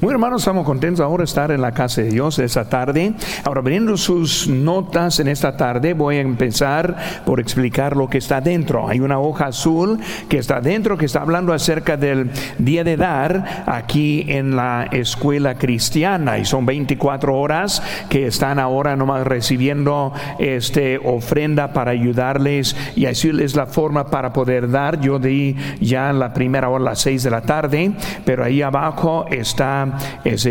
Muy hermanos, estamos contentos ahora de estar en la casa de Dios esta tarde. Ahora, viendo sus notas en esta tarde, voy a empezar por explicar lo que está dentro. Hay una hoja azul que está dentro, que está hablando acerca del día de dar aquí en la escuela cristiana. Y son 24 horas que están ahora nomás recibiendo ofrenda para ayudarles y decirles la forma para poder dar. Yo di ya la primera hora a las 6 de la tarde, pero ahí abajo está ese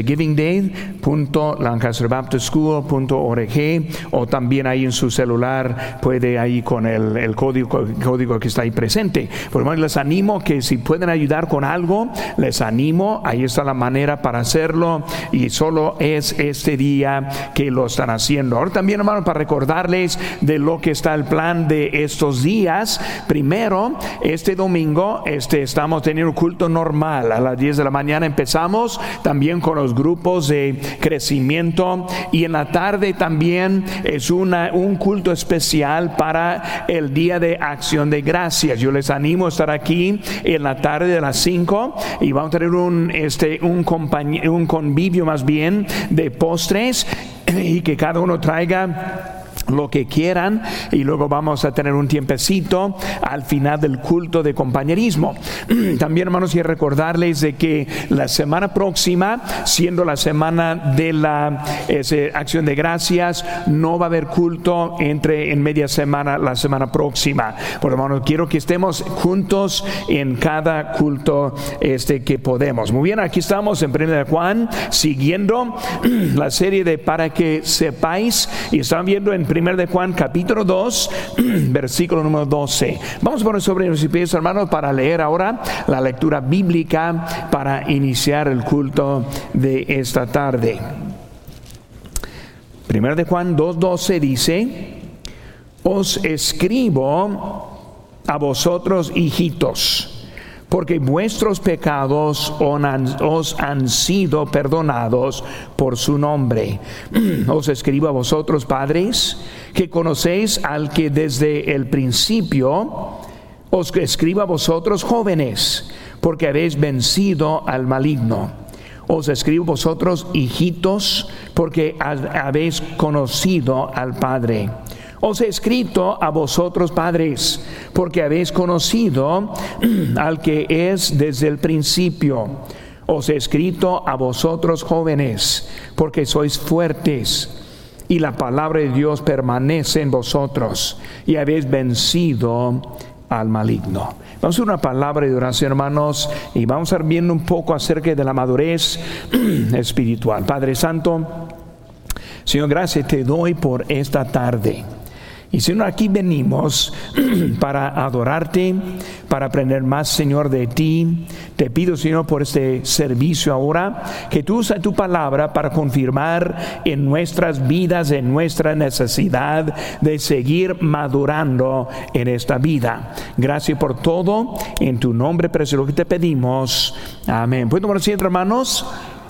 givingday.lancasterbaptistschool.org, o también ahí en su celular puede ahí con el código que está ahí presente. Por lo menos les animo que si pueden ayudar con algo, les animo, ahí está la manera para hacerlo, y solo es este día que lo están haciendo. Ahora también, hermanos, para recordarles de lo que está el plan de estos días. Primero, este domingo estamos teniendo un culto normal a las 10 de la mañana. Empezamos también con los grupos de crecimiento, y en la tarde también es un culto especial para el Día de Acción de Gracias. Yo les animo a estar aquí en la tarde de las 5, y vamos a tener un convivio más bien de postres, y que cada uno traiga lo que quieran, y luego vamos a tener un tiempecito al final del culto de compañerismo. También, hermanos, quiero recordarles de que la semana próxima, siendo la semana de la acción de gracias, no va a haber culto en media semana la semana próxima. Por lo menos quiero que estemos juntos en cada culto que podemos. Muy bien, aquí estamos en 1 de Juan, siguiendo la serie de Para que sepáis, y están viendo en 1 de Juan capítulo 2 versículo número 12. Vamos a poner sobre los pies, hermanos, para leer ahora la lectura bíblica para iniciar el culto de esta tarde. 1 de Juan 2:12 dice: os escribo a vosotros, hijitos, porque vuestros pecados os han sido perdonados por su nombre. Os escribo a vosotros, padres, que conocéis al que desde el principio. Os escribo a vosotros, jóvenes, porque habéis vencido al maligno. Os escribo a vosotros, hijitos, porque habéis conocido al Padre. Os he escrito a vosotros, padres, porque habéis conocido al que es desde el principio. Os he escrito a vosotros, jóvenes, porque sois fuertes, y la palabra de Dios permanece en vosotros, y habéis vencido al maligno. Vamos a hacer una palabra de oración, hermanos, y vamos a estar viendo un poco acerca de la madurez espiritual. Padre Santo, Señor, gracias te doy por esta tarde. Y Señor, aquí venimos para adorarte, para aprender más, Señor, de ti. Te pido, Señor, por este servicio ahora, que tú uses tu palabra para confirmar en nuestras vidas, en nuestra necesidad de seguir madurando en esta vida. Gracias por todo, en tu nombre precioso que te pedimos. Amén. ¿Pueden tomar asiento, hermanos?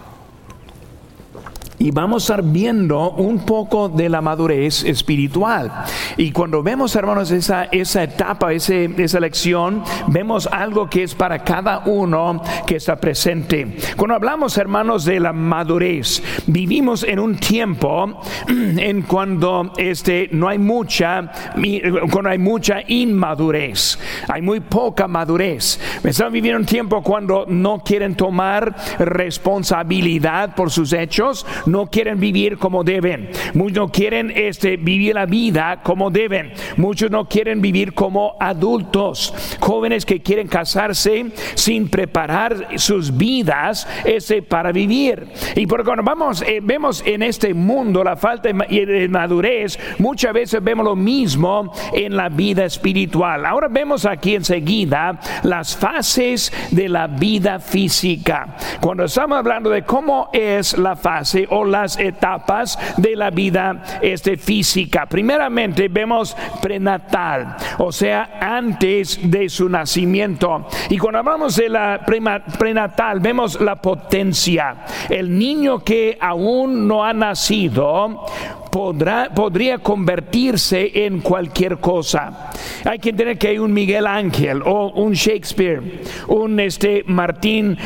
Y vamos a estar viendo un poco de la madurez espiritual. Y cuando vemos, hermanos, esa etapa, esa lección, vemos algo que es para cada uno que está presente. Cuando hablamos, hermanos, de la madurez, vivimos en un tiempo en cuando no hay cuando hay mucha inmadurez, hay muy poca madurez. Estamos viviendo un tiempo cuando no quieren tomar responsabilidad por sus hechos, no quieren vivir como deben. Muchos no quieren vivir la vida como deben. Muchos no quieren vivir como adultos. Jóvenes que quieren casarse sin preparar sus vidas para vivir. Y porque cuando vemos en este mundo la falta de madurez, muchas veces vemos lo mismo en la vida espiritual. Ahora vemos aquí enseguida las fases de la vida física. Cuando estamos hablando de cómo es la fase o las etapas de la vida física, primeramente vemos prenatal, o sea, antes de su nacimiento. Y cuando hablamos de la prenatal, vemos la potencia. El niño que aún no ha nacido podría convertirse en cualquier cosa. Hay que entender que hay un Miguel Ángel o un Shakespeare, un Martín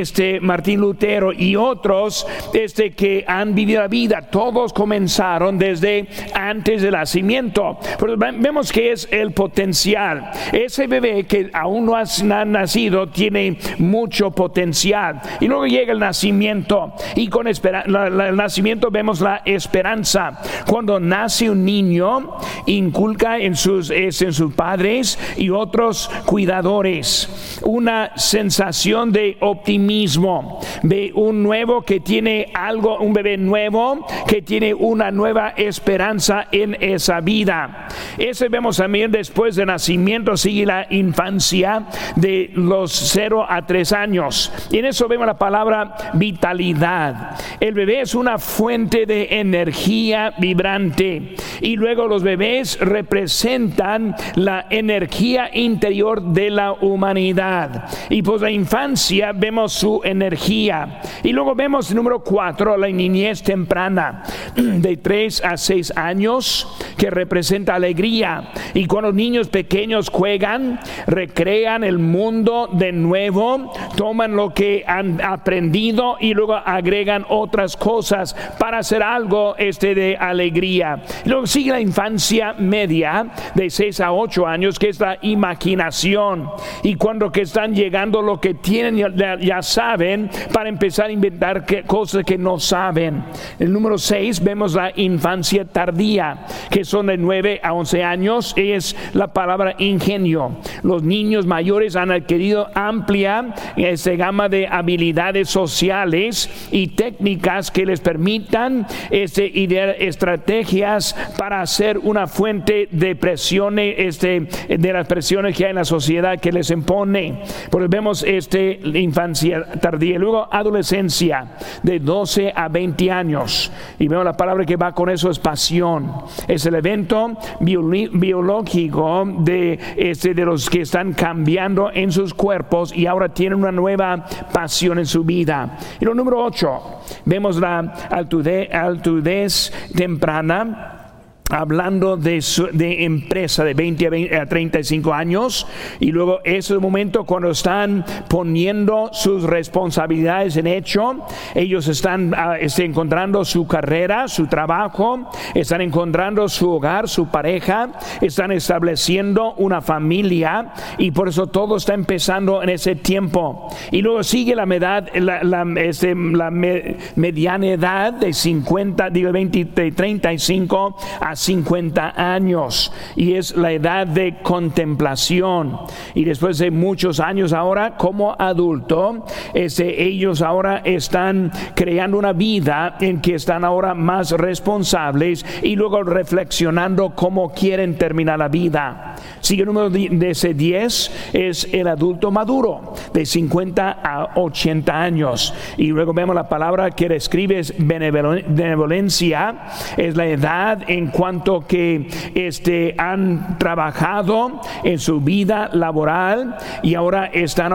Lutero y otros que han vivido la vida. Todos comenzaron desde antes del nacimiento. Pero vemos que es el potencial. Ese bebé que aún no ha nacido tiene mucho potencial. Y luego llega el nacimiento. Y con el nacimiento vemos la esperanza. Cuando nace un niño, inculca en sus padres y otros cuidadores una sensación de optimismo, de un nuevo que tiene algo, un bebé nuevo que tiene una nueva esperanza en esa vida. Ese vemos también después del nacimiento, sigue la infancia de los 0 a 3 años. Y en eso vemos la palabra vitalidad. El bebé es una fuente de energía vibrante. Y luego los bebés representan la energía interior de la humanidad. Y pues la infancia vemos su energía. Y luego vemos número 4, la niñez temprana, de 3 a 6 años, que representa alegría. Y cuando los niños pequeños juegan, recrean el mundo de nuevo, toman lo que han aprendido y luego agregan otras cosas para hacer algo de alegría. Y luego sigue la infancia media de 6 a 8 años, que es la imaginación. Y cuando que están llegando lo que tienen ya saben, para empezar a inventar cosas que no saben. El número 6 vemos la infancia tardía, que son de 9 a 11 años, es la palabra ingenio. Los niños mayores han adquirido amplia gama de habilidades sociales y técnicas que les permitan idear estrategias para hacer una fuente de presiones, de las presiones que hay en la sociedad que les impone. Pues vemos infancia tardía. Luego adolescencia de 12 a 20 años. Y vemos la palabra que va con eso, es pasión. Es el evento biológico de los que están cambiando en sus cuerpos y ahora tienen una nueva pasión en su vida. Y lo número 8, vemos la altudez temprana, hablando de empresa de 20 a 35 años, y luego es el momento cuando están poniendo sus responsabilidades en hecho. Ellos están encontrando su carrera, su trabajo, están encontrando su hogar, su pareja, están estableciendo una familia, y por eso todo está empezando en ese tiempo. Y luego sigue la mediana edad de 35 a 50 años, y es la edad de contemplación. Y después de muchos años ahora como adulto, ellos ahora están creando una vida en que están ahora más responsables y luego reflexionando cómo quieren terminar la vida. Sigue el número de ese 10, es el adulto maduro de 50 a 80 años. Y luego vemos la palabra que describe es benevolencia, es la edad en cuanto que han trabajado en su vida laboral y ahora están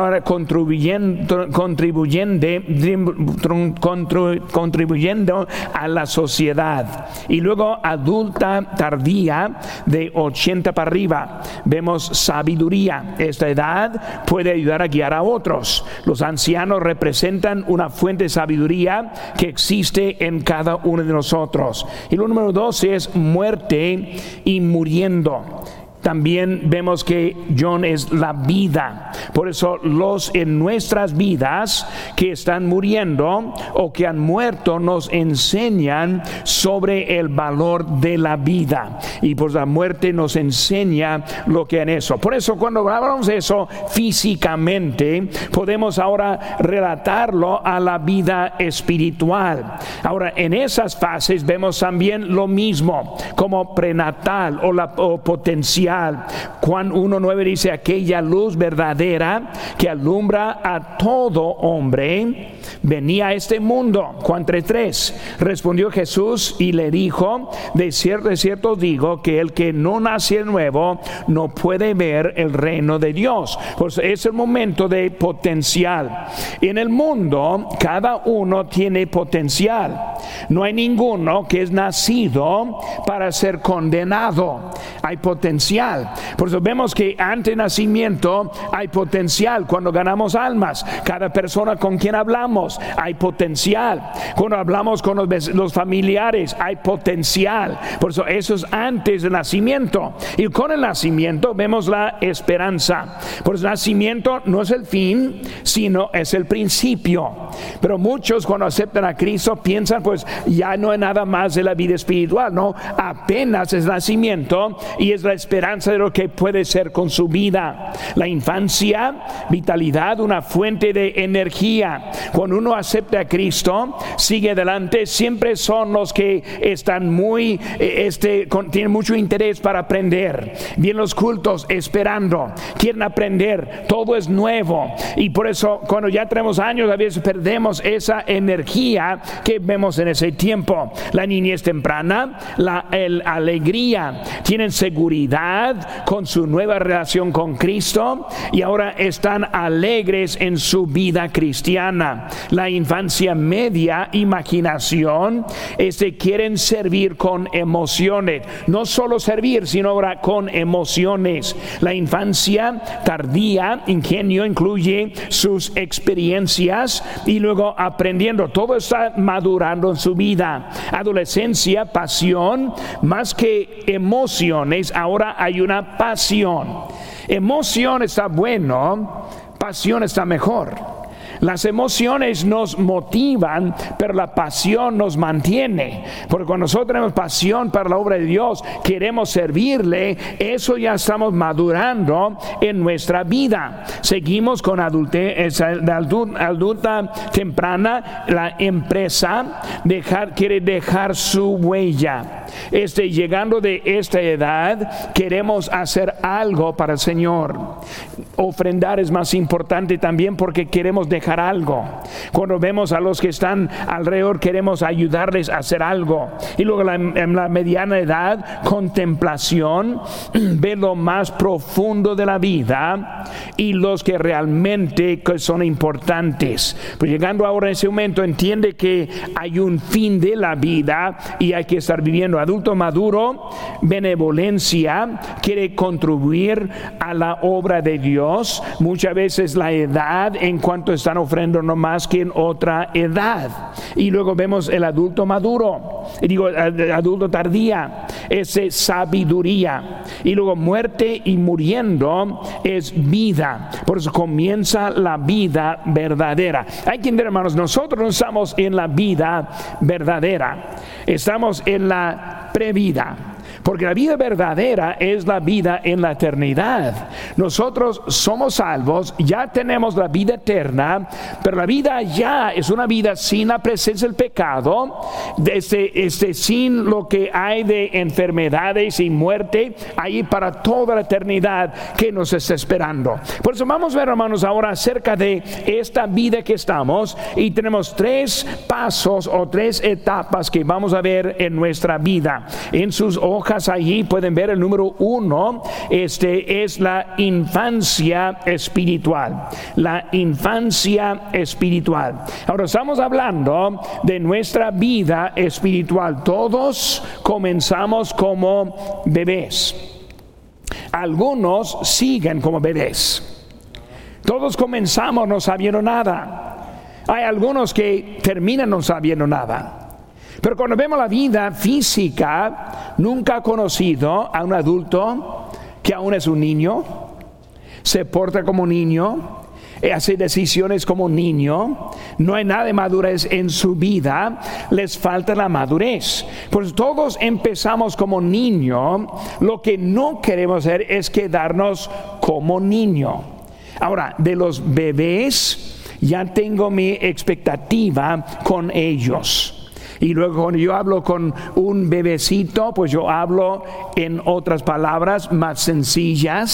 contribuyendo a la sociedad. Y luego adulta tardía de 80 para arriba, vemos sabiduría. Esta edad puede ayudar a guiar a otros. Los ancianos representan una fuente de sabiduría que existe en cada uno de nosotros. Y lo número 12 es muerte y muriendo. También vemos que John es la vida. Por eso en nuestras vidas que están muriendo o que han muerto nos enseñan sobre el valor de la vida. Y pues la muerte nos enseña lo que en eso. Por eso cuando hablamos de eso físicamente, podemos ahora relatarlo a la vida espiritual. Ahora en esas fases vemos también lo mismo, como prenatal o potencial. Juan 1:9 dice: aquella luz verdadera que alumbra a todo hombre venía a este mundo. Juan 3:3. Respondió Jesús y le dijo: de cierto digo que el que no nace de nuevo no puede ver el reino de Dios. Pues es el momento de potencial. En el mundo cada uno tiene potencial. No hay ninguno que es nacido para ser condenado. Hay potencial. Por eso vemos que antes de nacimiento hay potencial. Cuando ganamos almas, cada persona con quien hablamos, hay potencial. Cuando hablamos con los familiares, hay potencial. Por eso es antes del nacimiento. Y con el nacimiento vemos la esperanza. Por eso el nacimiento no es el fin, sino es el principio. Pero muchos cuando aceptan a Cristo piensan, pues ya no hay nada más de la vida espiritual. No, apenas es nacimiento y es la esperanza de lo que puede ser con su vida. La infancia, vitalidad, una fuente de energía. Cuando uno acepta a Cristo, sigue adelante, siempre son los que están tienen mucho interés para aprender. Vienen los cultos esperando, quieren aprender, todo es nuevo. Y por eso cuando ya tenemos años, a veces perdemos esa energía que vemos en ese tiempo. La niñez temprana, la alegría, tienen seguridad con su nueva relación con Cristo y ahora están alegres en su vida cristiana. La infancia media, imaginación, quieren servir con emociones, no solo servir, sino ahora con emociones. La infancia tardía, ingenio, incluye sus experiencias y luego aprendiendo, todo está madurando en su vida. Adolescencia, pasión, más que emociones, ahora hay una pasión. Emoción está bueno, pasión está mejor. Las emociones nos motivan, pero la pasión nos mantiene. Porque cuando nosotros tenemos pasión para la obra de Dios, queremos servirle, eso ya estamos madurando en nuestra vida. Seguimos con adulta temprana. La empresa quiere dejar su huella. Llegando de esta edad, queremos hacer algo para el Señor. Ofrendar es más importante también porque queremos dejar algo. Cuando vemos a los que están alrededor, queremos ayudarles a hacer algo. Y luego en la mediana edad, contemplación, ver lo más profundo de la vida y los que realmente son importantes. Pues llegando ahora a ese momento, entiende que hay un fin de la vida y hay que estar viviendo. Adulto maduro, benevolencia, quiere contribuir a la obra de Dios. Muchas veces la edad en cuanto están ofrendando no más que en otra edad. Y luego vemos el adulto maduro, adulto tardía, sabiduría. Y luego muerte y muriendo es vida. Por eso comienza la vida verdadera. Hay que entender, hermanos, nosotros no estamos en la vida verdadera, estamos en la previda. Porque la vida verdadera es la vida en la eternidad. Nosotros somos salvos, ya tenemos la vida eterna, pero la vida ya es una vida sin la presencia del pecado, sin lo que hay de enfermedades y muerte, ahí para toda la eternidad que nos está esperando. Por eso vamos a ver, hermanos, ahora acerca de esta vida que estamos, y tenemos 3 pasos o 3 etapas que vamos a ver en nuestra vida. En sus hojas allí pueden ver el número 1, es la infancia espiritual. La infancia espiritual. Ahora estamos hablando de nuestra vida espiritual. Todos comenzamos como bebés. Algunos siguen como bebés. Todos comenzamos no sabiendo nada. Hay algunos que terminan no sabiendo nada. Pero cuando vemos la vida física, nunca he conocido a un adulto que aún es un niño, se porta como niño, hace decisiones como niño, no hay nada de madurez en su vida, les falta la madurez. Pues todos empezamos como niño, lo que no queremos hacer es quedarnos como niño. Ahora, de los bebés, ya tengo mi expectativa con ellos. Y luego cuando yo hablo con un bebecito, pues yo hablo en otras palabras más sencillas,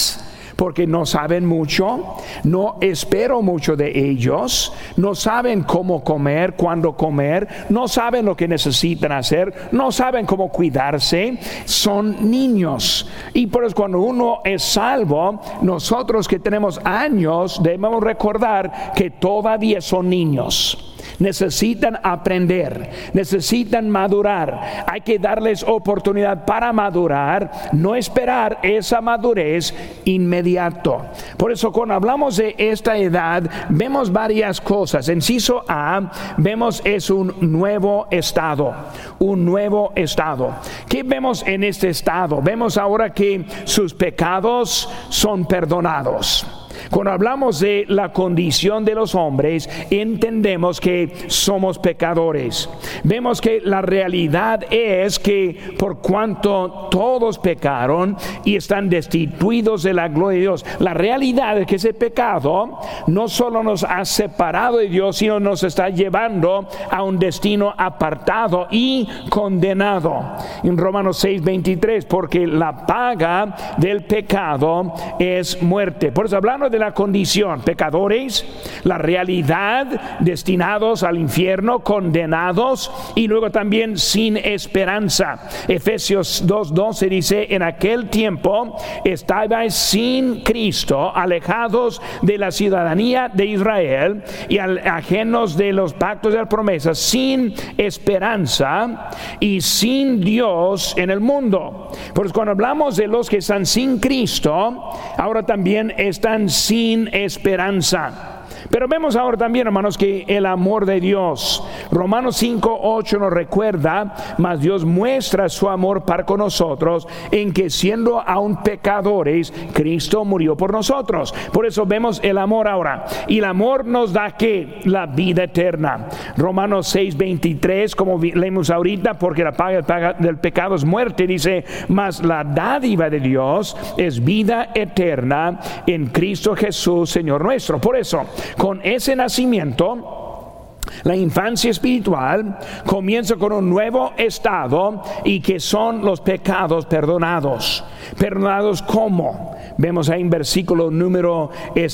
porque no saben mucho, no espero mucho de ellos, no saben cómo comer, cuándo comer, no saben lo que necesitan hacer, no saben cómo cuidarse, son niños. Y por eso cuando uno es salvo, nosotros que tenemos años debemos recordar que todavía son niños. Necesitan aprender, necesitan madurar. Hay que darles oportunidad para madurar, no esperar esa madurez inmediato. Por eso cuando hablamos de esta edad, vemos varias cosas. Inciso A, vemos es un nuevo estado. Un nuevo estado. ¿Qué vemos en este estado? Vemos ahora que sus pecados son perdonados. Cuando hablamos de la condición de los hombres, entendemos que somos pecadores. Vemos que la realidad es que por cuanto todos pecaron y están destituidos de la gloria de Dios, la realidad es que ese pecado no solo nos ha separado de Dios, sino nos está llevando a un destino apartado y condenado. En Romanos 6:23, porque la paga del pecado es muerte. Por eso hablando de la condición, pecadores, la realidad, destinados al infierno, condenados, y luego también sin esperanza. Efesios 2:12 dice: en aquel tiempo estabais sin Cristo, alejados de la ciudadanía de Israel y ajenos de los pactos de las promesas, sin esperanza y sin Dios en el mundo. Pues cuando hablamos de los que están sin Cristo, ahora también están sin esperanza. Pero vemos ahora también, hermanos, que el amor de Dios, Romanos 5:8 nos recuerda, mas Dios muestra su amor para con nosotros, en que siendo aún pecadores, Cristo murió por nosotros. Por eso vemos el amor ahora. Y el amor nos da ¿qué? La vida eterna. Romanos 6:23, como leemos ahorita, porque la paga del pecado es muerte, dice, mas la dádiva de Dios es vida eterna en Cristo Jesús, Señor nuestro. Por eso, con ese nacimiento, la infancia espiritual comienza con un nuevo estado, y que son los pecados perdonados. ¿Perdonados cómo? Vemos ahí en versículo número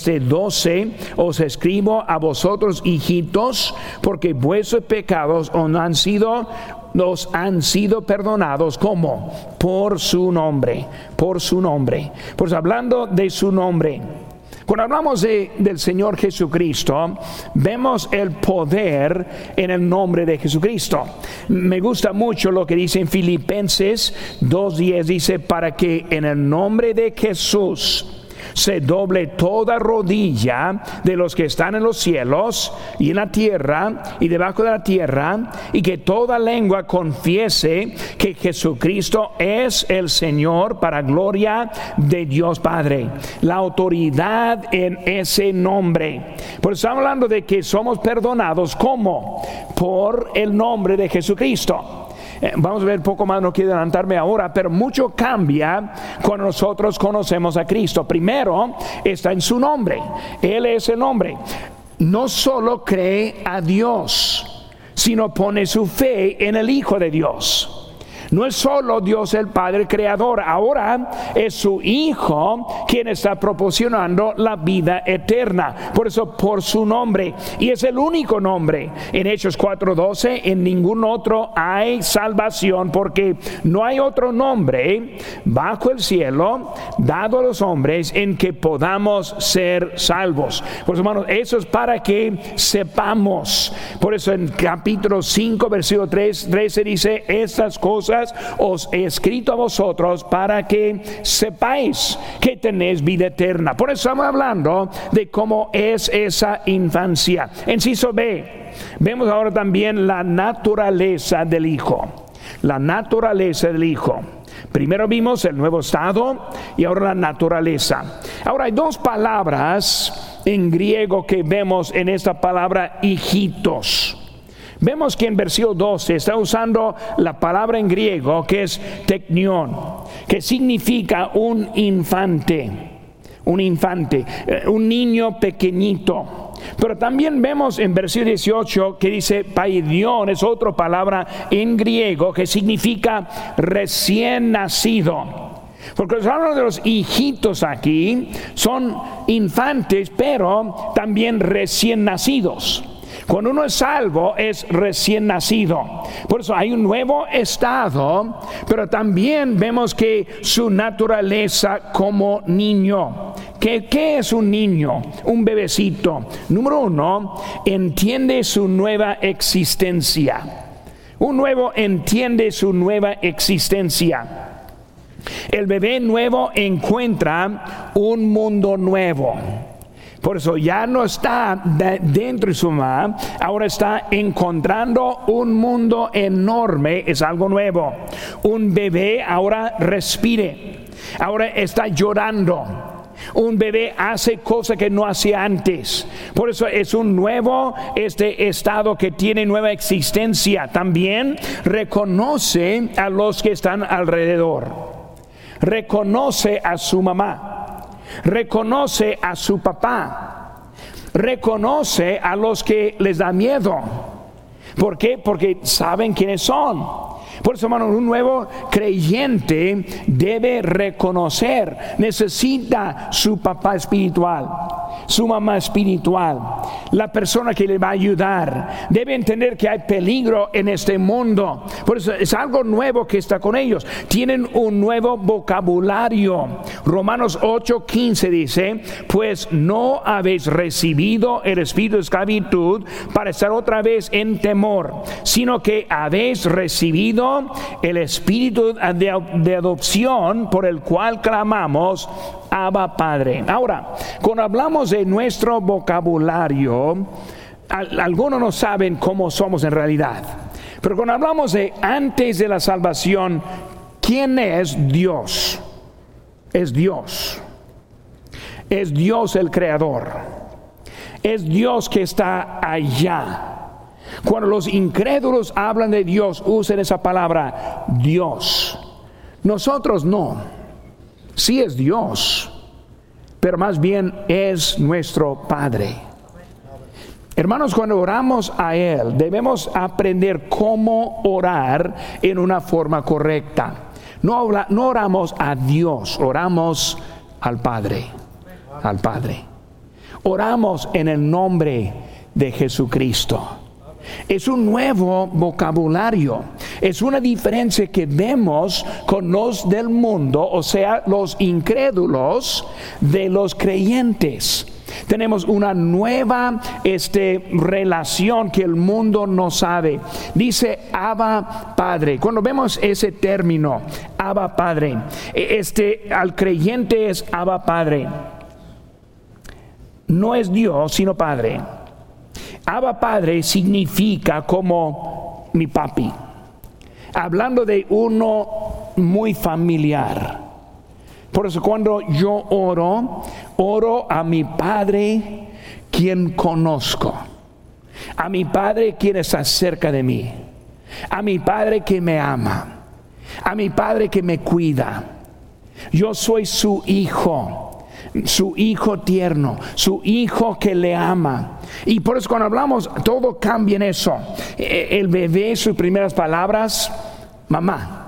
12: os escribo a vosotros, hijitos, porque vuestros pecados nos han sido perdonados. ¿Cómo? Por su nombre. Por su nombre. Pues hablando de su nombre, cuando hablamos del Señor Jesucristo, vemos el poder en el nombre de Jesucristo. Me gusta mucho lo que dice en Filipenses 2:10, dice: para que en el nombre de Jesús se doble toda rodilla de los que están en los cielos y en la tierra y debajo de la tierra, y que toda lengua confiese que Jesucristo es el Señor, para gloria de Dios Padre. La autoridad en ese nombre. Por eso estamos hablando de que somos perdonados. ¿Cómo? Por el nombre de Jesucristo. Vamos a ver un poco más, no quiero adelantarme ahora, pero mucho cambia cuando nosotros conocemos a Cristo. Primero está en su nombre. Él es el nombre. No solo cree a Dios, sino pone su fe en el Hijo de Dios. No es solo Dios el Padre creador, ahora es su Hijo quien está proporcionando la vida eterna. Por eso, por su nombre, y es el único nombre. En Hechos 4:12, en ningún otro hay salvación, porque no hay otro nombre bajo el cielo dado a los hombres en que podamos ser salvos. Por eso, hermanos, eso es para que sepamos. Por eso en capítulo 5, versículo 13 dice: estas cosas os he escrito a vosotros para que sepáis que tenéis vida eterna. Por eso estamos hablando de cómo es esa infancia. Inciso B, vemos ahora también la naturaleza del Hijo. La naturaleza del Hijo. Primero vimos el nuevo estado y ahora la naturaleza. Ahora hay dos palabras en griego que vemos en esta palabra hijitos. Vemos que en versículo 12 está usando la palabra en griego que es teknion, que significa un infante, un niño pequeñito. Pero también vemos en versículo 18 que dice paidion, es otra palabra en griego que significa recién nacido. Porque los hablamos de los hijitos aquí, son infantes, pero también recién nacidos. Cuando uno es salvo, es recién nacido. Por eso hay un nuevo estado, pero también vemos que su naturaleza como niño. ¿Qué es un niño? Un bebecito. Número uno, entiende su nueva existencia. Un nuevo entiende su nueva existencia. El bebé nuevo encuentra un mundo nuevo. Por eso ya no está dentro de su mamá, ahora está encontrando un mundo enorme, es algo nuevo. Un bebé ahora respire, ahora está llorando. Un bebé hace cosas que no hacía antes. Por eso es un nuevo estado que tiene nueva existencia. También reconoce a los que están alrededor. Reconoce a su mamá. Reconoce a su papá. Reconoce a los que les da miedo. ¿Por qué? Porque saben quiénes son. Por eso, hermano, un nuevo creyente debe reconocer, necesita su papá espiritual, su mamá espiritual, la persona que le va a ayudar. Debe entender que hay peligro en este mundo. Por eso es algo nuevo que está con ellos. Tienen un nuevo vocabulario. Romanos 8:15 dice: pues no habéis recibido el espíritu de esclavitud para estar otra vez en temor, sino que habéis recibido el espíritu de adopción, por el cual clamamos: Abba, Padre. Ahora, cuando hablamos de nuestro vocabulario, algunos no saben cómo somos en realidad. Pero cuando hablamos de antes de la salvación, ¿quién es Dios? Es Dios. Es Dios el Creador. Es Dios que está allá. Cuando los incrédulos hablan de Dios, usan esa palabra Dios. Nosotros no. Sí es Dios, pero más bien es nuestro Padre. Hermanos, cuando oramos a Él, debemos aprender cómo orar en una forma correcta. No oramos a Dios, oramos al Padre. Al Padre. Oramos en el nombre de Jesucristo. Es un nuevo vocabulario. Es una diferencia que vemos con los del mundo, o sea, los incrédulos de los creyentes. Tenemos una nueva relación que el mundo no sabe. Dice Abba, Padre. Cuando vemos ese término, Abba, Padre, al creyente es Abba, Padre. No es Dios, sino Padre. Abba, Padre significa como mi papi. Hablando de uno muy familiar. Por eso cuando yo oro a mi Padre quien conozco. A mi Padre quien está cerca de mí. A mi Padre que me ama. A mi Padre que me cuida. Yo soy su hijo. Su hijo tierno, su hijo que le ama. Y por eso cuando hablamos, todo cambia en eso. El bebé, sus primeras palabras: mamá,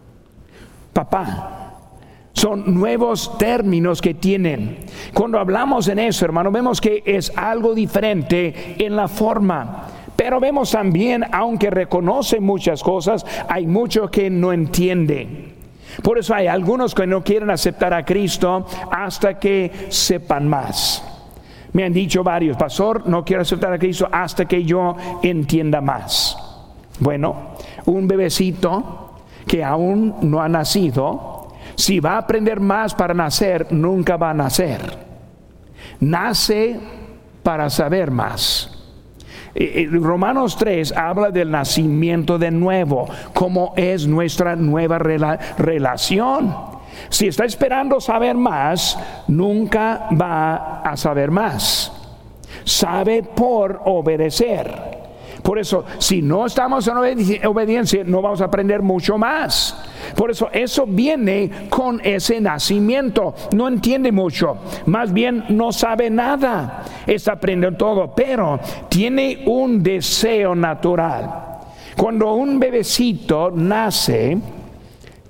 papá. Son nuevos términos que tienen. Cuando hablamos en eso, hermano, vemos que es algo diferente en la forma. Pero vemos también, aunque reconoce muchas cosas, hay mucho que no entiende. Por eso hay algunos que no quieren aceptar a Cristo hasta que sepan más. Me han dicho varios: pastor, no quiero aceptar a Cristo hasta que yo entienda más. Bueno, un bebecito que aún no ha nacido, si va a aprender más para nacer, nunca va a nacer. Nace para saber más. Romanos 3 habla del nacimiento de nuevo, como es nuestra nueva relación. Si está esperando saber más, nunca va a saber más. Sabe por obedecer. Por eso, si no estamos en obediencia, no vamos a aprender mucho más. Por eso viene con ese nacimiento. No entiende mucho, más bien no sabe nada. Está aprendiendo todo, pero tiene un deseo natural. Cuando un bebecito nace,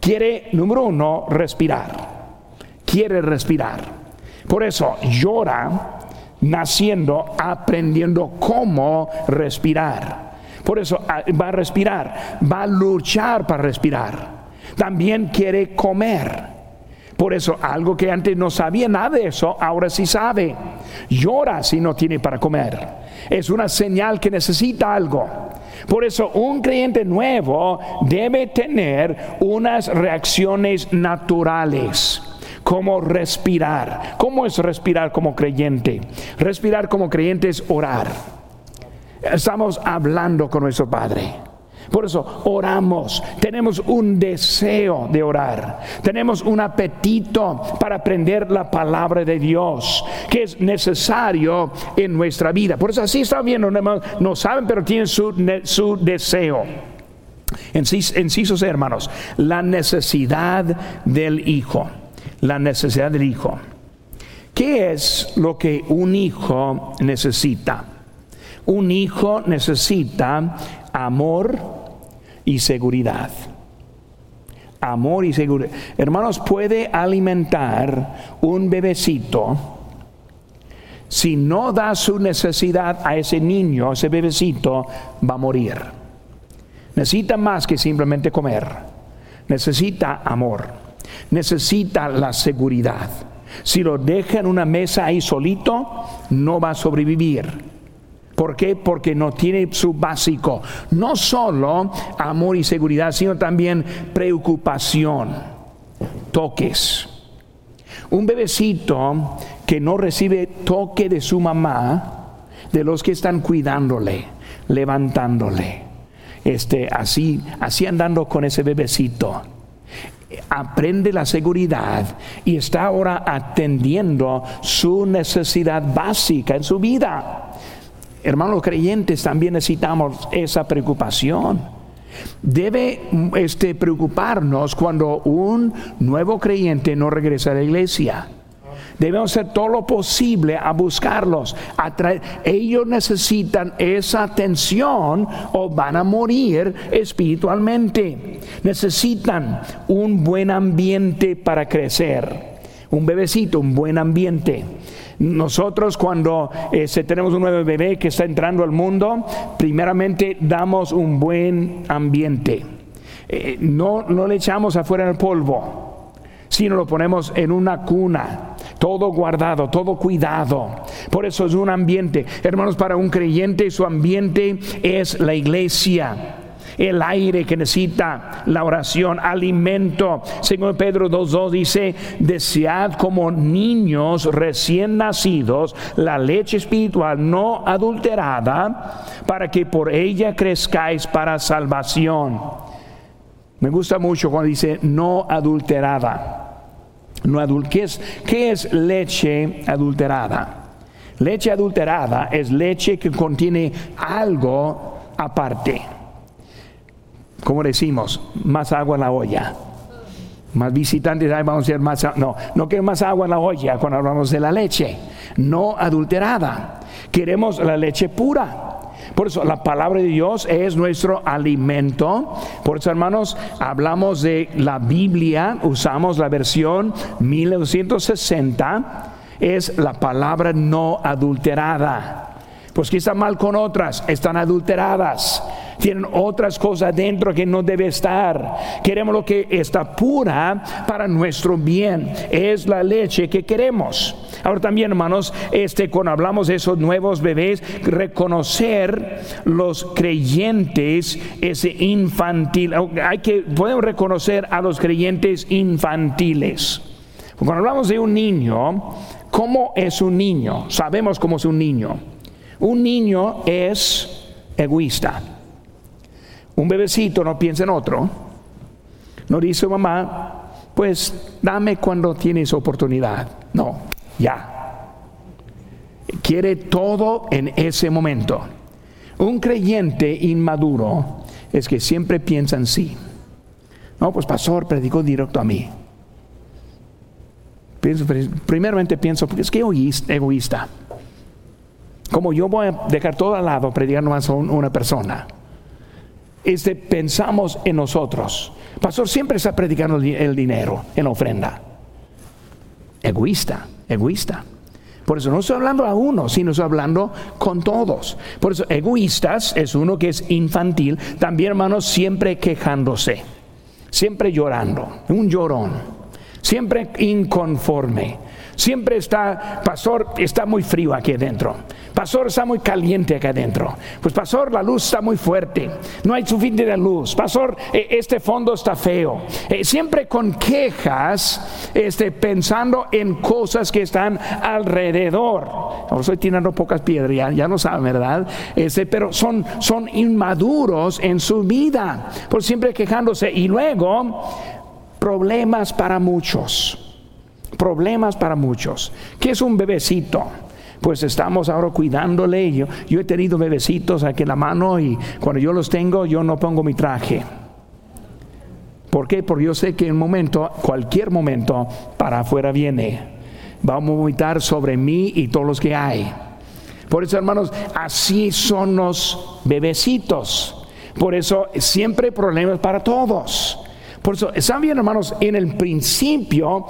Quiere, número uno, respirar. Quiere respirar. Por eso llora naciendo, aprendiendo cómo respirar. Por eso va a respirar, va a luchar para respirar. También quiere comer. Por eso algo que antes no sabía nada de eso, ahora sí sabe. Llora si no tiene para comer. Es una señal que necesita algo. Por eso un creyente nuevo debe tener unas reacciones naturales, como respirar. ¿Cómo es respirar como creyente? Respirar como creyente es orar. Estamos hablando con nuestro Padre. Por eso oramos, tenemos un deseo de orar, tenemos un apetito para aprender la palabra de Dios, que es necesario en nuestra vida. Por eso así está viendo, no saben, pero tienen su deseo. Incisos, hermanos, la necesidad del hijo. La necesidad del hijo. ¿Qué es lo que un hijo necesita? Un hijo necesita amor y seguridad. Amor y seguridad. Hermanos, puede alimentar un bebecito. Si no da su necesidad a ese niño, ese bebecito va a morir. Necesita más que simplemente comer. Necesita amor. Necesita la seguridad. Si lo deja en una mesa ahí solito, no va a sobrevivir. ¿Por qué? Porque no tiene su básico. No solo amor y seguridad, sino también preocupación, toques. Un bebecito que no recibe toque de su mamá, de los que están cuidándole, levantándole, así andando con ese bebecito, aprende la seguridad y está ahora atendiendo su necesidad básica en su vida. Hermanos creyentes, también necesitamos esa preocupación. Debe preocuparnos cuando un nuevo creyente no regresa a la iglesia. Debemos hacer todo lo posible a buscarlos, ellos necesitan esa atención o van a morir espiritualmente. Necesitan un buen ambiente para crecer. Un bebecito, un buen ambiente. Nosotros cuando tenemos un nuevo bebé que está entrando al mundo, primeramente damos un buen ambiente. No le echamos afuera en el polvo, sino lo ponemos en una cuna, todo guardado, todo cuidado. Por eso es un ambiente. Hermanos, para un creyente su ambiente es la iglesia. El aire que necesita, la oración, alimento. Según Pedro 2:2 dice: desead como niños recién nacidos la leche espiritual no adulterada, para que por ella crezcáis para salvación. Me gusta mucho cuando dice no adulterada. ¿Qué es leche adulterada? Leche adulterada es leche que contiene algo aparte. Como decimos, más agua en la olla. Más visitantes, vamos a hacer más. No quiero más agua en la olla cuando hablamos de la leche. No adulterada. Queremos la leche pura. Por eso la palabra de Dios es nuestro alimento. Por eso, hermanos, hablamos de la Biblia, usamos la versión 1960. Es la palabra no adulterada. Pues que está mal con otras, están adulteradas. Tienen otras cosas dentro que no debe estar. Queremos lo que está pura para nuestro bien. Es la leche que queremos. Ahora también, hermanos, cuando hablamos de esos nuevos bebés, reconocer los creyentes, ese infantil. Podemos reconocer a los creyentes infantiles. Cuando hablamos de un niño, ¿cómo es un niño? Sabemos cómo es un niño. Un niño es egoísta. Un bebecito no piensa en otro. No dice mamá, pues dame cuando tienes oportunidad. No, ya. Quiere todo en ese momento. Un creyente inmaduro es que siempre piensa en sí. No, pues pastor, predicó directo a mí. Primeramente pienso, porque es que egoísta. Como yo voy a dejar todo al lado, predicar nomás a una persona. pensamos en nosotros. Pastor siempre está predicando el dinero en la ofrenda. Egoísta. Por eso no estoy hablando a uno, sino estoy hablando con todos. Por eso egoístas es uno que es infantil. También, hermanos, siempre quejándose, siempre llorando, un llorón, siempre inconforme. Siempre está, pastor, está muy frío aquí adentro. Pastor, está muy caliente aquí adentro. Pues pastor, la luz está muy fuerte. No hay suficiente luz. Pastor, este fondo está feo. Siempre con quejas, pensando en cosas que están alrededor. Ahora estoy tirando pocas piedras, ya lo saben, ¿verdad? Pero son inmaduros en su vida. Por siempre quejándose. Y luego, problemas para muchos. ¿Qué es un bebecito? Pues estamos ahora cuidándole. Yo he tenido bebecitos aquí en la mano y cuando yo los tengo, yo no pongo mi traje. ¿Por qué? Porque yo sé que en cualquier momento, para afuera viene. Va a vomitar sobre mí y todos los que hay. Por eso, hermanos, así son los bebecitos. Por eso siempre hay problemas para todos. Por eso, ¿saben bien, hermanos? En el principio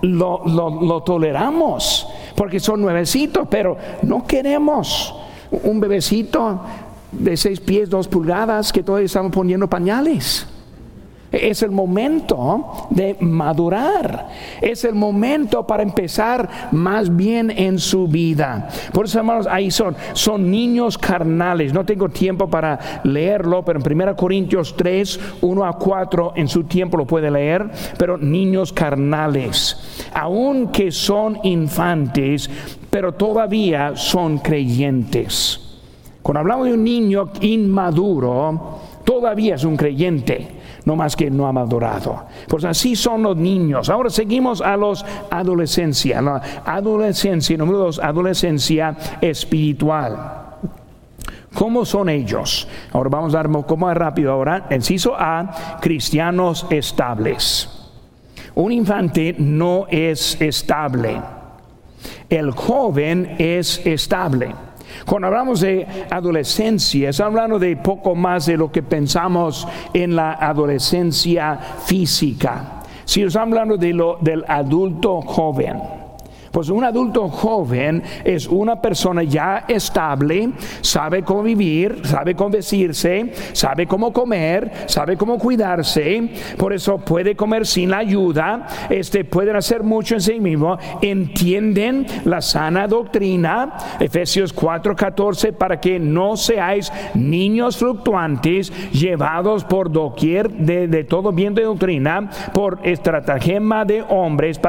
lo toleramos porque son nuevecitos, pero no queremos un bebecito de 6 pies, 2 pulgadas que todavía estamos poniendo pañales. Es el momento de madurar. Es el momento para empezar más bien en su vida. Por eso, hermanos, ahí son niños carnales. No tengo tiempo para leerlo, pero en 1 Corintios 3, 1-4, en su tiempo lo puede leer. Pero niños carnales, aunque son infantes, pero todavía son creyentes. Cuando hablamos de un niño inmaduro, todavía es un creyente, no más que no ha madurado. Pues así son los niños. Ahora seguimos a los adolescencia. La adolescencia, número 2, adolescencia espiritual. ¿Cómo son ellos? Ahora vamos a dar un poco más rápido ahora. Inciso A, cristianos estables. Un infante no es estable. El joven es estable. Cuando hablamos de adolescencia, estamos hablando de poco más de lo que pensamos en la adolescencia física. Si estamos hablando del adulto joven, pues un adulto joven es una persona ya estable, sabe cómo vivir, sabe cómo vestirse, sabe cómo comer, sabe cómo cuidarse. Por eso puede comer sin la ayuda, pueden hacer mucho en sí mismo, entienden la sana doctrina, Efesios 4:14, para que no seáis niños fluctuantes, llevados por doquier de todo viento de doctrina, por estratagema de hombres,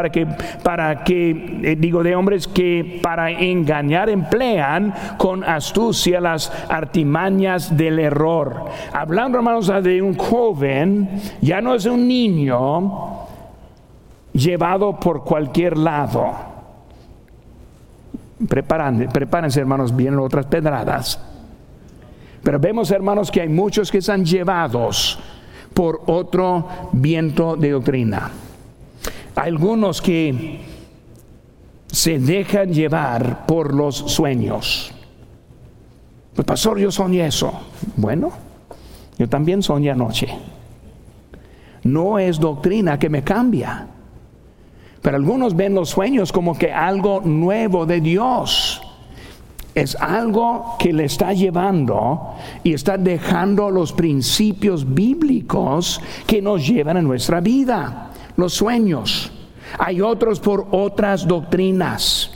de hombres que para engañar emplean con astucia las artimañas del error. Hablando, hermanos, de un joven, ya no es un niño llevado por cualquier lado. Prepárense, hermanos, vienen otras pedradas. Pero vemos, hermanos, que hay muchos que están llevados por otro viento de doctrina. Algunos que se dejan llevar por los sueños. Pues pastor, yo soñé eso. Bueno, yo también soñé anoche. No es doctrina que me cambia, pero algunos ven los sueños como que algo nuevo de Dios. Es algo que le está llevando y está dejando los principios bíblicos que nos llevan a nuestra vida. Los sueños. Hay otros por otras doctrinas.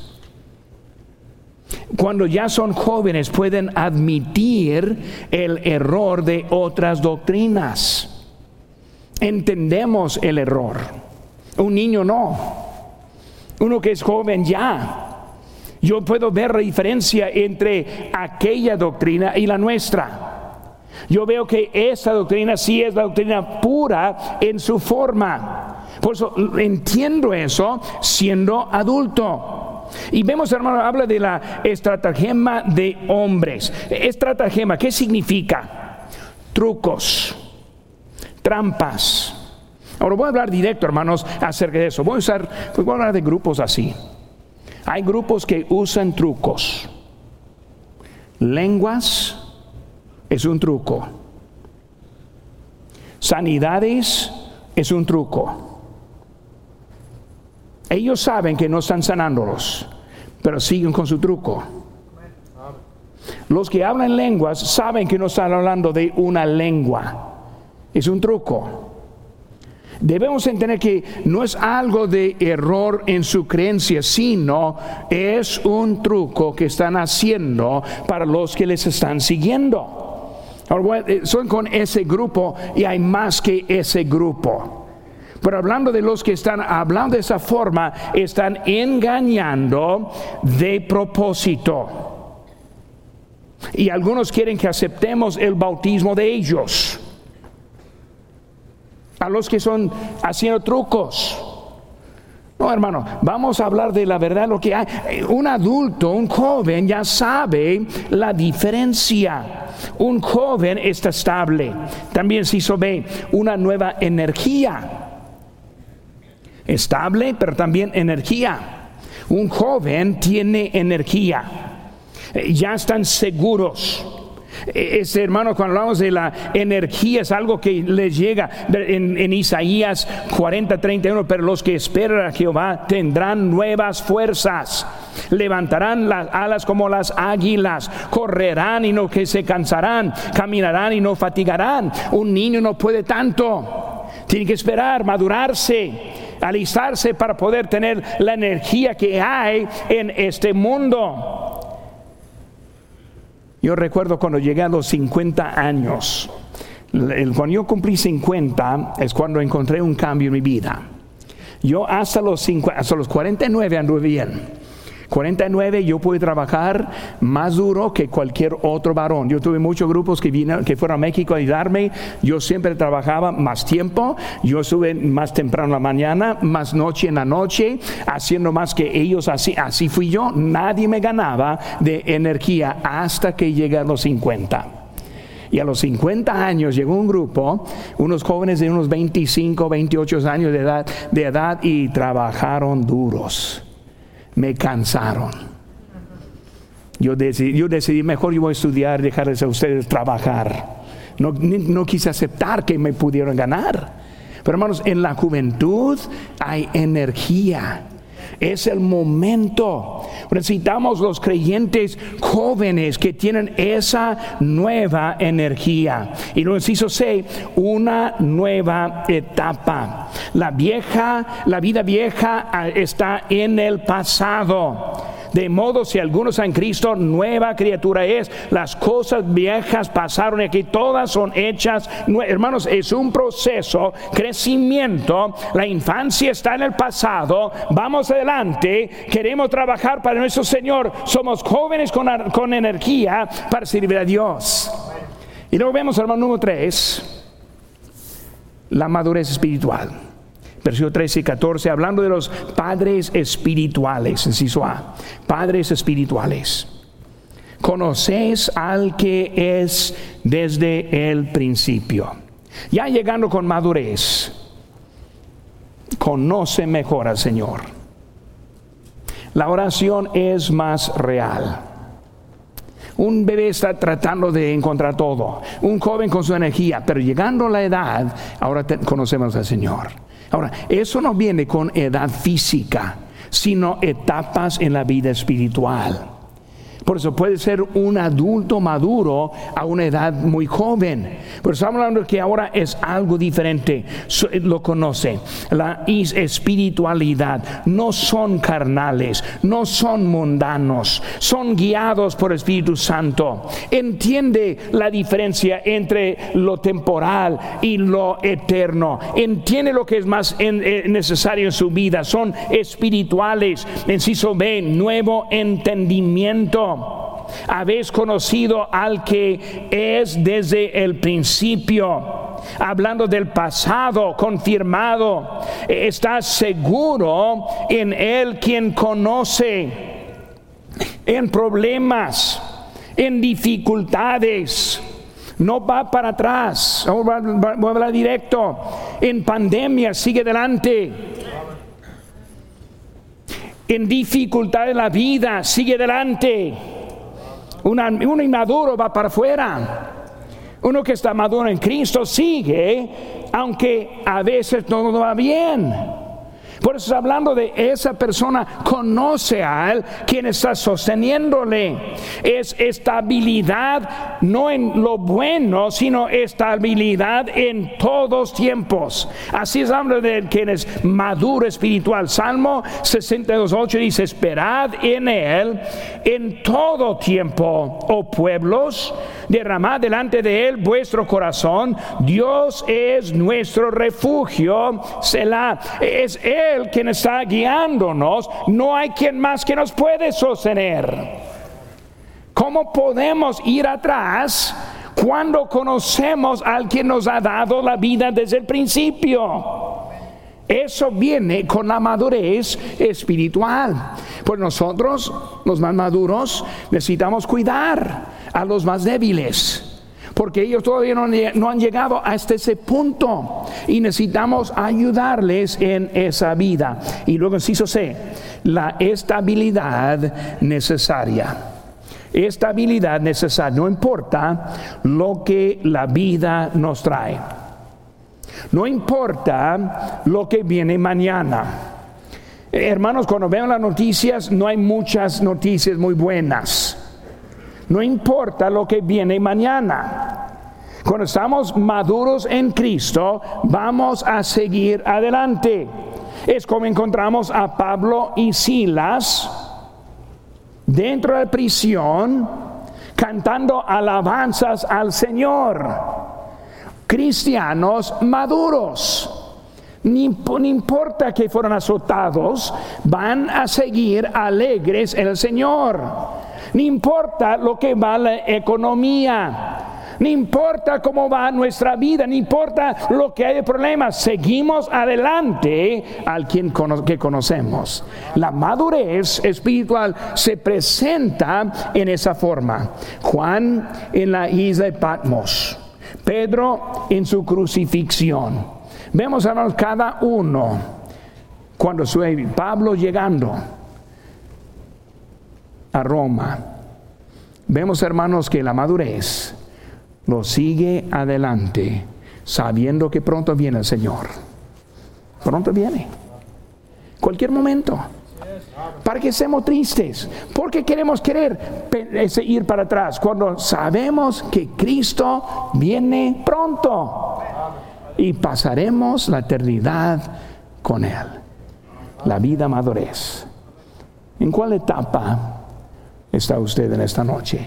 Cuando ya son jóvenes pueden admitir el error de otras doctrinas. Entendemos el error. Un niño no. Uno que es joven ya. Yo puedo ver la diferencia entre aquella doctrina y la nuestra. Yo veo que esa doctrina sí es la doctrina pura en su forma. Por eso entiendo eso siendo adulto. Y vemos, hermano, habla de la estratagema de hombres. Estratagema, ¿qué significa? Trucos, trampas. Ahora voy a hablar directo, hermanos, acerca de eso. Voy a hablar de grupos así. Hay grupos que usan trucos. Lenguas es un truco. sanidades es un truco. Ellos saben que no están sanándolos, pero siguen con su truco. Los que hablan lenguas saben que no están hablando de una lengua. Es un truco. Debemos entender que no es algo de error en su creencia, sino es un truco que están haciendo para los que les están siguiendo. Ahora, son con ese grupo y hay más que ese grupo. Pero hablando de los que están hablando de esa forma, están engañando de propósito. Y algunos quieren que aceptemos el bautismo de ellos. A los que son haciendo trucos. No, hermano, vamos a hablar de la verdad, lo que hay. Un adulto, un joven ya sabe la diferencia. Un joven está estable. También se hizo ve una nueva energía. Estable, pero también energía. Un joven tiene energía. Ya están seguros. Hermano, cuando hablamos de la energía, es algo que les llega en Isaías 40:31. Pero los que esperan a Jehová tendrán nuevas fuerzas, levantarán las alas como las águilas, correrán y no que se cansarán, caminarán y no fatigarán. Un niño no puede tanto, tiene que esperar, madurarse, alistarse para poder tener la energía que hay en este mundo. Yo recuerdo cuando llegué a los 50 años, cuando yo cumplí 50 es cuando encontré un cambio en mi vida. Yo hasta los 49 anduve bien. 49 yo pude trabajar más duro que cualquier otro varón. Yo tuve muchos grupos que fueron a México a ayudarme. Yo siempre trabajaba más tiempo. Yo estuve más temprano en la mañana, más noche en la noche, haciendo más que ellos. Así fui yo. Nadie me ganaba de energía hasta que llegué a los 50. Y a los 50 años llegó un grupo, unos jóvenes de unos 25, 28 años de edad y trabajaron duros. Me cansaron. Yo decidí mejor yo voy a estudiar, dejarles a ustedes trabajar. No quise aceptar que me pudieran ganar. Pero hermanos, en la juventud hay energía. Es el momento. Necesitamos los creyentes jóvenes que tienen esa nueva energía. Y lo inciso C, una nueva etapa. La vida vieja está en el pasado. De modo, si algunos en Cristo, nueva criatura es. Las cosas viejas pasaron y aquí todas son hechas. Hermanos, es un proceso, crecimiento. La infancia está en el pasado. Vamos adelante. Queremos trabajar para nuestro Señor. Somos jóvenes con energía para servir a Dios. Y luego vemos, hermano, número 3, la madurez espiritual. Versículo 13 y 14, hablando de los padres espirituales, inciso A, padres espirituales. Conocéis al que es desde el principio. Ya llegando con madurez, conoce mejor al Señor. La oración es más real. Un bebé está tratando de encontrar todo. Un joven con su energía, pero llegando a la edad, ahora conocemos al Señor. Ahora, eso no viene con edad física, sino etapas en la vida espiritual. Por eso puede ser un adulto maduro a una edad muy joven. Pero estamos hablando de que ahora es algo diferente. Lo conoce. La espiritualidad. No son carnales, no son mundanos. Son guiados por el Espíritu Santo. Entiende la diferencia entre lo temporal y lo eterno. Entiende lo que es más necesario en su vida. Son espirituales. Inciso B, nuevo entendimiento. Habéis conocido al que es desde el principio. Hablando del pasado, confirmado. Estás seguro en él quien conoce. En problemas, en dificultades, no va para atrás. Voy a hablar directo. En pandemia, sigue adelante. En dificultad de la vida, sigue adelante. Un inmaduro va para afuera. Uno que está maduro en Cristo sigue, aunque a veces no va bien. Por eso, hablando de esa persona, conoce a Él, quien está sosteniéndole. Es estabilidad, no en lo bueno, sino estabilidad en todos tiempos. Así es, habla de quien es maduro espiritual. Salmo 62:8 dice: esperad en Él en todo tiempo, oh pueblos, derramad delante de Él vuestro corazón. Dios es nuestro refugio, Selah. Es Él quien está guiándonos, no hay quien más que nos puede sostener. ¿Cómo podemos ir atrás cuando conocemos al quien nos ha dado la vida desde el principio? Eso viene con la madurez espiritual. Pues nosotros, los más maduros, necesitamos cuidar a los más débiles, porque ellos todavía no han llegado hasta ese punto y necesitamos ayudarles en esa vida. Y luego, inciso C, la estabilidad necesaria. Estabilidad necesaria, no importa lo que la vida nos trae, no importa lo que viene mañana. Hermanos, cuando veo las noticias, no hay muchas noticias muy buenas. No importa lo que viene mañana. Cuando estamos maduros en Cristo, vamos a seguir adelante. Es como encontramos a Pablo y Silas dentro de la prisión, cantando alabanzas al Señor. Cristianos maduros. No importa que fueron azotados, van a seguir alegres en el Señor. No importa lo que va la economía, no importa cómo va nuestra vida, no importa lo que hay de problemas, seguimos adelante al quien que conocemos. La madurez espiritual se presenta en esa forma. Juan en la isla de Patmos, Pedro en su crucifixión. Vemos, hermanos, cada uno, cuando Pablo llegando a Roma, vemos, hermanos, que la madurez lo sigue adelante, sabiendo que pronto viene el Señor. Pronto viene, cualquier momento. Para que estemos tristes, porque queremos ir para atrás, cuando sabemos que Cristo viene pronto y pasaremos la eternidad con Él. La vida madurez. ¿En cuál etapa está usted en esta noche?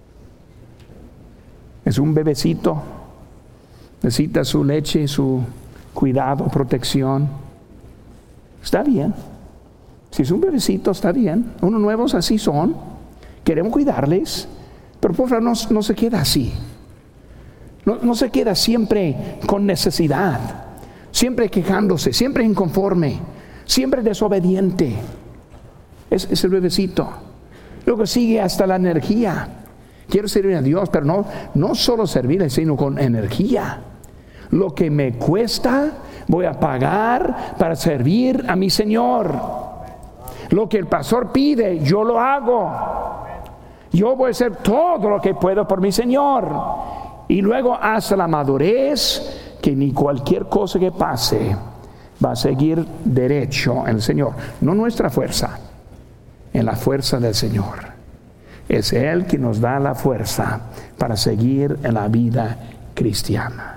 ¿Es un bebecito? ¿Necesita su leche, su cuidado, protección? Está bien. Si es un bebecito, está bien. Unos nuevos así son. Queremos cuidarles. Pero por favor, no se queda así. No se queda siempre con necesidad. Siempre quejándose, siempre inconforme, siempre desobediente. Es el bebecito. Luego sigue hasta la energía. Quiero servir a Dios, pero no solo servirle, sino con energía. Lo que me cuesta, voy a pagar para servir a mi Señor. Lo que el pastor pide, yo lo hago. Yo voy a hacer todo lo que puedo por mi Señor. Y luego hasta la madurez, que ni cualquier cosa que pase va a seguir derecho en el Señor. No nuestra fuerza, en la fuerza del Señor. Es Él quien nos da la fuerza para seguir en la vida cristiana.